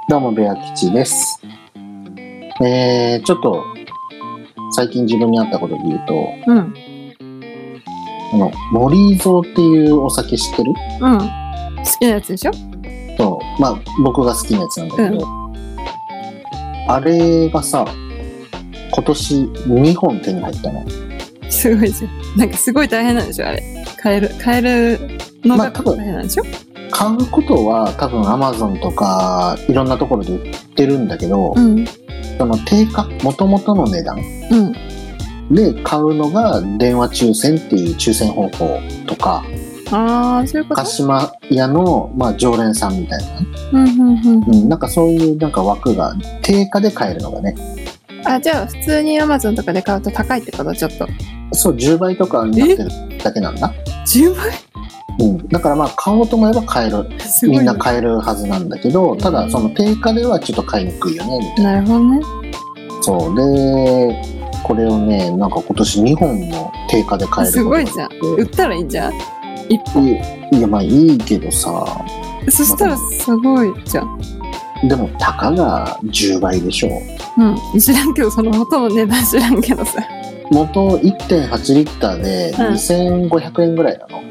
どうもベア吉です。ちょっと最近自分にあったことで言うと、森蔵っていうお酒知ってる？ 好きなやつでしょ？ そう、まあ僕が好きなやつなんだけど、あれがさ、今年2本手に入ったの。 すごいじゃん。なんかすごい大変なんでしょあれ。買えるのが大変なんでしょ？ 買うことは多分 Amazon とかいろんなところで売ってるんだけど、その定価、元々の値段、で買うのが電話抽選っていう抽選方法とか、 そういうこと？ 鹿島屋の、常連さんみたいな、なんかそういうなんか枠が定価で買えるのがね。 じゃあ普通に Amazon とかで買うと高いってこと？ちょっとそう、10倍とかになってるだけなんだ。 10倍？ だから買おうと思えば買える、みんな買えるはずなんだけど、ただその定価ではちょっと買いにくいよねみたいな。 なるほどね。 そうで、これをね、なんか今年2本の定価で買えることができて。 すごいじゃん。売ったらいいんじゃん。1本。 いやいいけどさ。 そしたらすごいじゃん。 でもたかが10倍でしょ。 知らんけど、その元の値段知らんけどさ。 元 1.8 リッターで2500円ぐらいなの。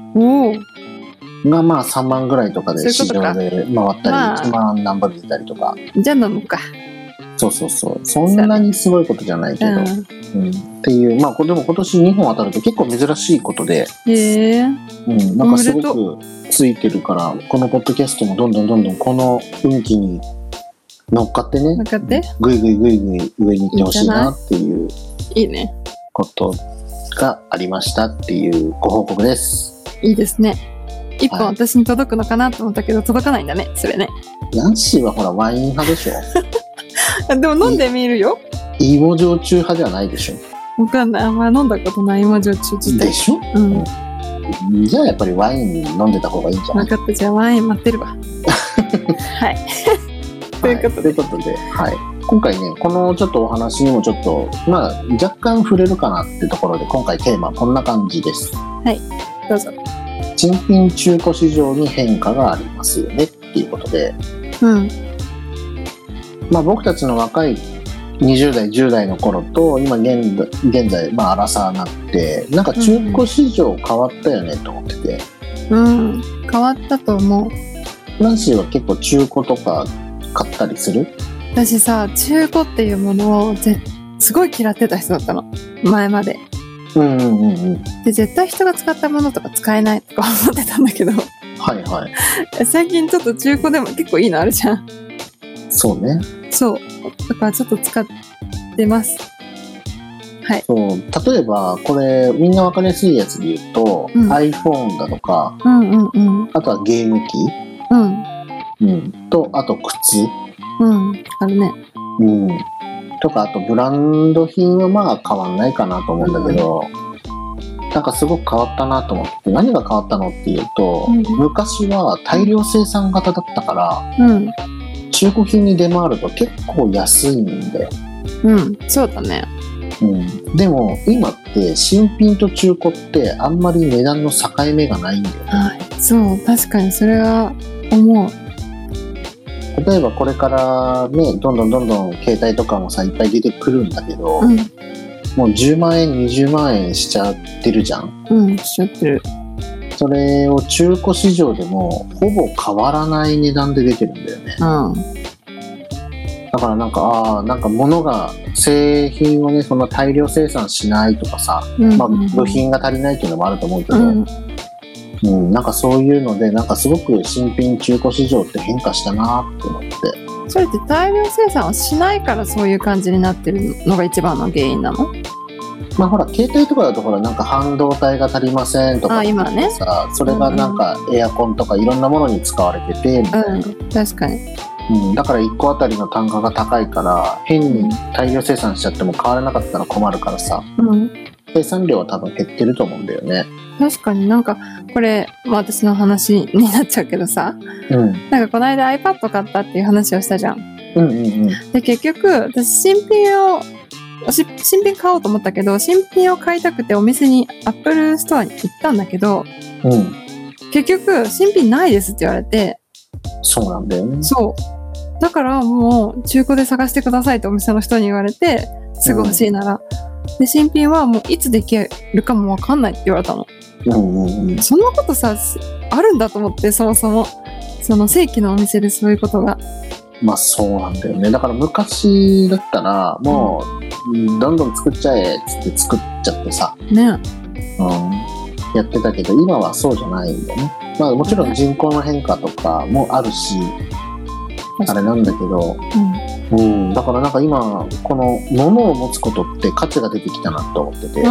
が3万ぐらいとかで市場で回ったり、1万何本出たりとか。 じゃあ飲むか。 そう。そんなにすごいことじゃないけど。っていう、でも今年2本当たると結構珍しいことで。なんかすごくついてるから、このポッドキャストもどんどんこの運気に乗っかってね。ぐいぐい上に行ってほしいなっていう。 いいね。 ことがありましたっていうご報告です。 いいですね。一本私に届くのかなと思ったけど、届かないんだね、それね。 ナンシーはほらワイン派でしょ。でも飲んでみるよ。 芋焼酎派じゃないでしょ。 わかんない。あんま飲んだことない芋焼酎自体。 でしょ？じゃあやっぱりワイン飲んでた方がいいんじゃない？ 分かった。じゃあワイン待ってるわ。はい。ということで、 今回ね、このちょっとお話にもちょっと、若干触れるかなってところで、今回テーマこんな感じです。 はい、どうぞ。 新品中古市場に変化がありますよねっていうことで、僕たちの若い20代、10代の頃と、今現在、アラサーになって、なんか中古市場変わったよねと思ってて。 変わったと思う。 ナンシーは結構中古とか買ったりする？ 私さ、中古っていうものをすごい嫌ってた人だったの。前まで。で、絶対人が使ったものとか使えないとか思ってたんだけど。最近ちょっと中古でも結構いいのあるじゃん。 そうね。 そう。だからちょっと使ってます。 そう。例えば、これ、みんなわかりやすいやつで言うと、iPhone だとか、あとはゲーム機、と、あと靴。 あるね。 とか、あとブランド品は変わんないかなと思うんだけど、なんかすごく変わったなと思って、何が変わったのっていうと、昔は大量生産型だったから、中古品に出回ると結構安いんだよ。 そうだね。 でも今って新品と中古ってあんまり値段の境目がないんだよね。 そう、確かにそれは思う。 例えばこれからね、どんどん携帯とかもさいっぱい出てくるんだけど、もう10万円20万円しちゃってるじゃん。 しちゃってる。 それを中古市場でもほぼ変わらない値段で出てるんだよね。だからなんか物が製品をね、そんな大量生産しないとかさ、部品が足りないっていうのもあると思うけど、なんかそういうので、なんかすごく新品中古市場って変化したなって思って。 それって大量生産をしないからそういう感じになってるのが一番の原因なの？ ほら携帯とかだとほらなんか半導体が足りませんとか今ね、 それがなんかエアコンとかいろんなものに使われててみたいな。 確かに。 だから1個あたりの単価が高いから変に大量生産しちゃっても買われなかったら困るからさ、生産量は多分減ってると思うんだよね。 確かになんかこれ、私の話になっちゃうけどさ、なんかこの間 iPad 買ったっていう話をしたじゃん。で結局私新品買おうと思ったけど、新品を買いたくてお店に Apple ストアに行ったんだけど、結局新品ないですって言われて。 そうなんだよね。 そうだからもう中古で探してくださいってお店の人に言われて、すぐ欲しいなら。で、新品はもういつできるかもわかんないって言われたの。そんなことさ、あるんだと思って、そもそも。その正規のお店でそういうことが。 まあそうなんだよね。だから昔だったら、もう、どんどん作っちゃえっつって作っちゃってさ。 ね。 やってたけど、今はそうじゃないんだよね。まあもちろん人口の変化とかもあるし、あれなんだけど、だからなんか今、この物を持つことって価値が出てきたなと思ってて。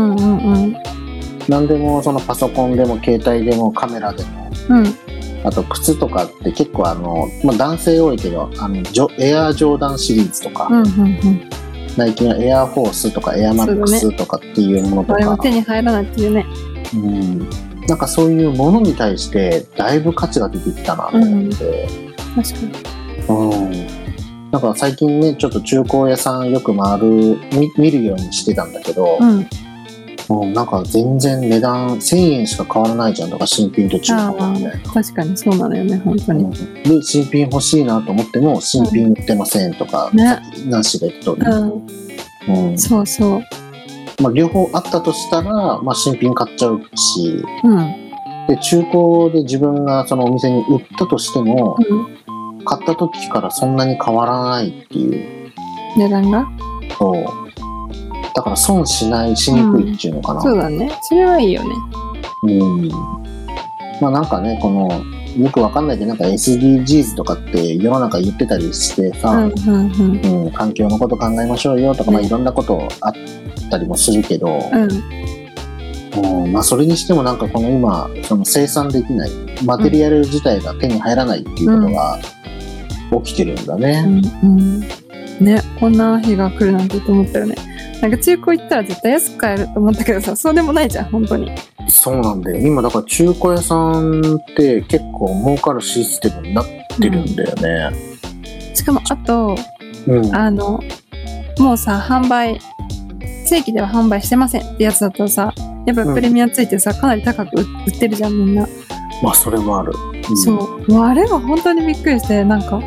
何でもそのパソコンでも携帯でもカメラでも、あと靴とかって結構まあ、男性多いけどエアージョーダンシリーズとか、ナイキのエアーフォースとかエアマックスとかっていうものとか、 あれも手に入らないっていうね。 なんかそういうものに対してだいぶ価値が出てきたなと思って、 確かに。 なんか最近ねちょっと中古屋さんよく見るようにしてたんだけど、なんか全然値段1000円しか変わらないじゃんとか、新品と中古みたいな。 確かにそうなのよね、本当に。 で、新品欲しいなと思っても、新品売ってませんとか、さっきナンシーが言った通り。 そうそう。 まあ、両方あったとしたら、まあ、新品買っちゃうし、で、中古で自分がそのお店に売ったとしても、買った時からそんなに変わらないっていう。 値段が？ そう。だから損しにくいっていうのかな。 そうだね。それはいいよね。 まあなんかね、このよくわかんないけど、なんか SDGs とかって世の中言ってたりしてさ、環境のこと考えましょうよとか、まあいろんなことあったりもするけど、まあそれにしてもなんかこの今その生産できないマテリアル自体が手に入らないっていうことが起きてるんだね。 ね、こんな日が来るなんてと思ったよね。なんか中古行ったら絶対安く買えると思ったけどさ、そうでもないじゃん、本当に。 そうなんだよ。今だから中古屋さんって結構儲かるシステムになってるんだよね。 しかもあと、もうさ、正規では販売してませんってやつだとさ、やっぱプレミアついてさ、かなり高く売ってるじゃん、みんな。 まあそれもある。 そう。もうあれは本当にびっくりして、なんか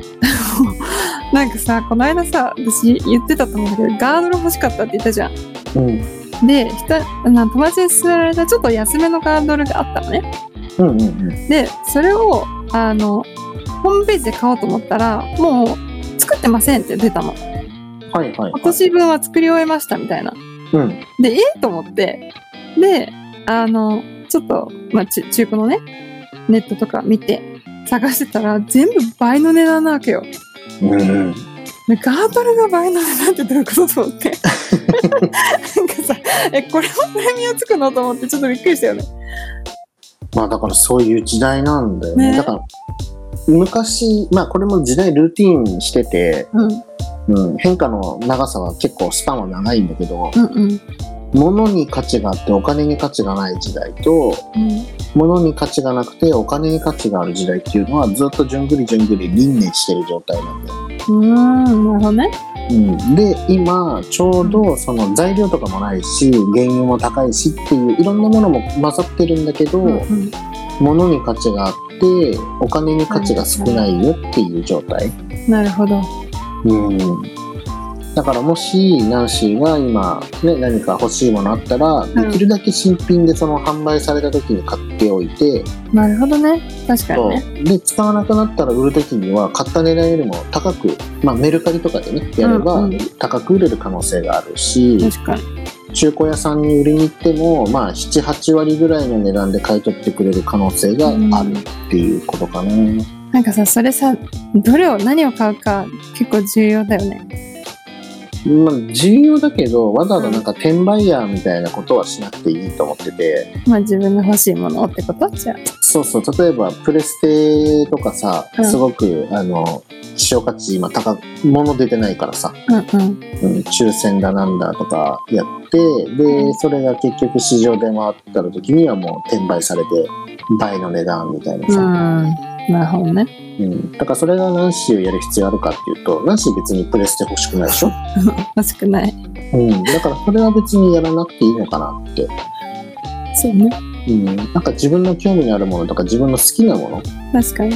さ、この間さ、私言ってたと思うんだけど、ガードル欲しかったって言ったじゃん。で、友達に勧められたちょっと安めのガードルがあったのね。で、それを、ホームページで買おうと思ったら、もう作ってませんって出たの。今年分は作り終えましたみたいな。で、と思って、で、ちょっと、まあ、中古のね、ネットとか見て探してたら、全部倍の値段なわけよ。ガードルが倍の値段ってどういうことと思って。なんかさ、これもプレミアつくのと思ってちょっとびっくりしたよね。 まあだからそういう時代なんだよね。だから昔、まあこれも時代ルーティーンにしてて、変化の長さは結構スパンは長いんだけど、物に価値があってお金に価値がない時代と、物に価値がなくてお金に価値がある時代っていうのはずっとじゅんぐり輪廻してる状態なんだよ。 なるほどね。 で今ちょうどその材料とかもないし原油も高いしっていういろんなものも混ざってるんだけど、物に価値があってお金に価値が少ないよっていう状態。 なるほど。 だからもしナンシーが今、ね、何か欲しいものあったら、できるだけ新品でその販売された時に買っておいて、 なるほどね。確かにね。 で使わなくなったら売る時には買った値段よりも高く、まあ、メルカリとかでねやれば高く売れる可能性があるし、 確かに中古屋さんに売りに行っても、まあ、7、8割ぐらいの値段で買い取ってくれる可能性があるっていうことかな。 なんかさ、それさ、何を買うか結構重要だよね。 まあ、重要だけどわざわざなんか転売ヤーみたいなことはしなくていいと思ってて、 まあ自分の欲しいものってことじゃあ。 そうそう、例えばプレステとかさ、すごく希少価値今物出てないからさ、抽選だなんだとかやってでそれが結局市場で回った時にはもう転売されて倍の値段みたいなさ。 なるほどね。 だからそれがナンシーをやる必要あるかっていうと、ナンシー別にプレステ欲しくないでしょ。 欲しくない。 だからそれは別にやらなくていいのかなって。 そうね。 なんか自分の興味のあるものとか自分の好きなもの。 確かに。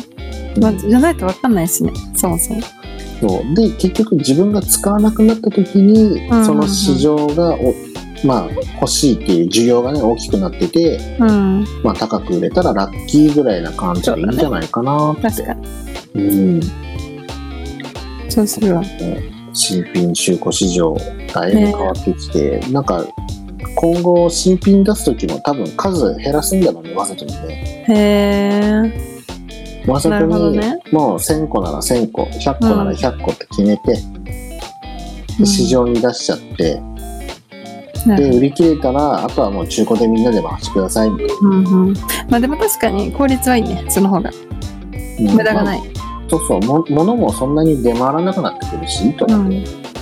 じゃないと分かんないしね、そもそも。 そうで結局自分が使わなくなった時に、その市場が欲しいっていう需要がね大きくなってて、高く売れたらラッキーぐらいな感じでいいんじゃないかなって。 確かに。そうするわ。 新品中古市場だいぶ変わってきて、なんか今後新品出す時も多分数減らすんだろうね、わざとにね。わざとにもう1000個なら1000個100個なら100個って決めて、市場に出しちゃって、で売り切れたらあとはもう中古でみんなで回してくださいみたいな。 でも確かに効率はいいね、その方が。無駄がない。 そう物もそんなに出回らなくなってくるしいいと思う、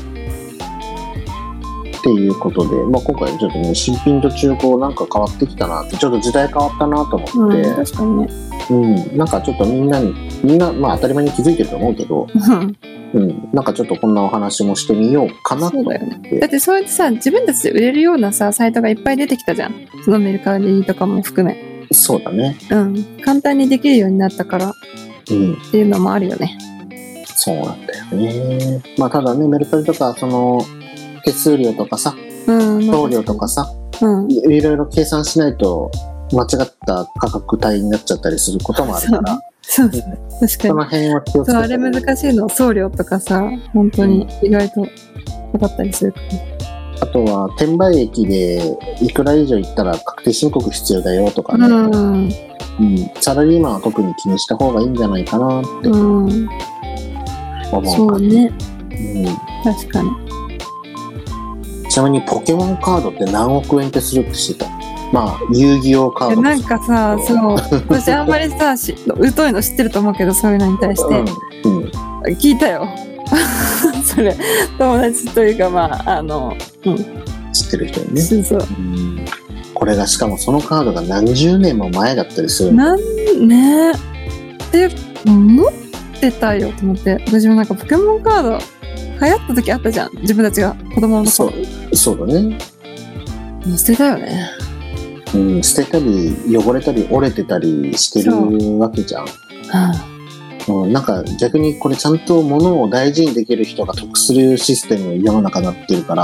っていうことで、今回ちょっとね新品と中古なんか変わってきたなって、ちょっと時代変わったなと思って、 確かにね、 なんかちょっとみんな当たり前に気づいてると思うけど、なんかちょっとこんなお話もしてみようかなと思って。そうだよね。だってそうやってさ、自分たちで売れるようなさサイトがいっぱい出てきたじゃん、そのメルカリとかも含め。 そうだね。 簡単にできるようになったから、っていうのもあるよね。 そうなんだよね。ただね、メルカリとかその手数料とかさ、送料とかさ、いろいろ計算しないと間違った価格帯になっちゃったりすることもあるから。 そう確かに。その辺は気をつけて。 あれ難しいの、送料とかさ、本当に意外とかかったりするから。 あとは転売益でいくら以上いったら確定申告必要だよとかね。サラリーマンは特に気にした方がいいんじゃないかなって思うから。 そうね。確かに。 ちなみにポケモンカードって何億円ってするって知った？遊戯王カード。 なんかさ、私あんまりさ疎いの知ってると思うけど、そういうのに対して、聞いたよ。それ友達というか知ってる人にね。 そう。 これがしかもそのカードが何十年も前だったりするねって持ってたよと思って。私もなんかポケモンカード流行った時あったじゃん、自分たちが子供の頃。そうだね。捨てたよね。 捨てたり汚れたり折れてたりしてるわけじゃん。なんか逆にこれちゃんと物を大事にできる人が得するシステム世の中になってるから、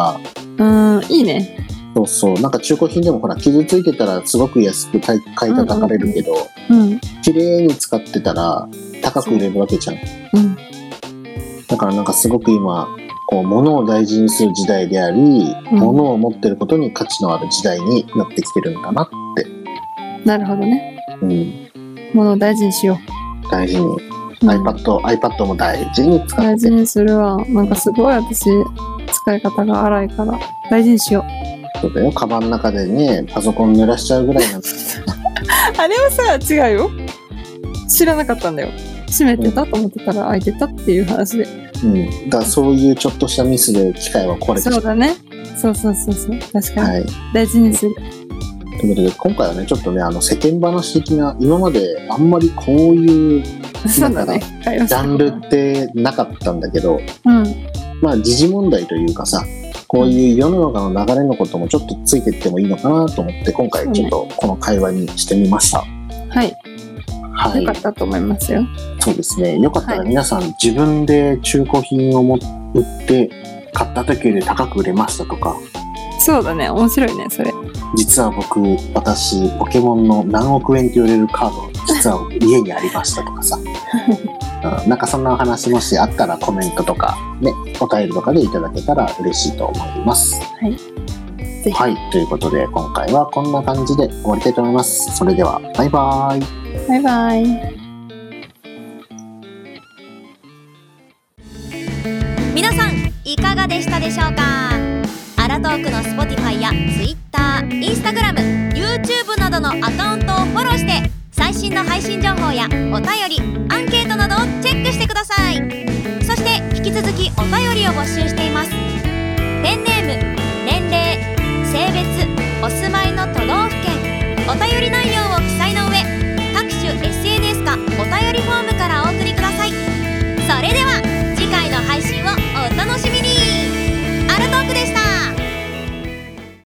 いいね。 なんか中古品でもほら傷ついてたらすごこ安く買い叩かれるけど、綺麗に使ってたら高く売れるわけじゃん。だからなんかすごく今こう物を大事にする時代であり、物を持ってることに価値のある時代になってきてるんだなって。 なるほどね。物を大事にしよう。大事に。iPad も大事に使って。 大事にするわ。なんかすごい私使い方が荒いから大事にしよう。 そうだよ。カバンの中でねパソコン濡らしちゃうぐらいなんあれはさ違うよ。知らなかったんだよ。閉めてたと思ってたら開いてたっていう話で。 だからそういうちょっとしたミスで機械は壊れてきた。 そうだね。そう確かに、大事にする。 ということで今回はねちょっとね世間話的な、今まであんまりこういうジャンルってなかったんだけど、時事問題というかさ、こういう世の中の流れのこともちょっとついていってもいいのかなと思って今回ちょっとこの会話にしてみました。 よかったと思いますよ。 そうですね。よかったら皆さん、自分で中古品を売って買った時より高く売れましたとか。 そうだね。面白いねそれ。 実は私ポケモンの何億円と言われるカード実は家にありましたとかさ。なんかそんなお話もしあったらコメントとかね、お便りとかでいただけたら嬉しいと思います。はい、ということで今回はこんな感じで終わりたいと思います。それではバイバイ。 バイバイ。 皆さんいかがでしたでしょうか。アラトークの Spotify や Twitter、Instagram、YouTube などのアカウントをフォローして最新の配信情報やお便り、アンケートなどをチェックしてください。そして引き続きお便りを募集しています。ペンネーム、年齢、性別、お住まいの都道府県、お便り内容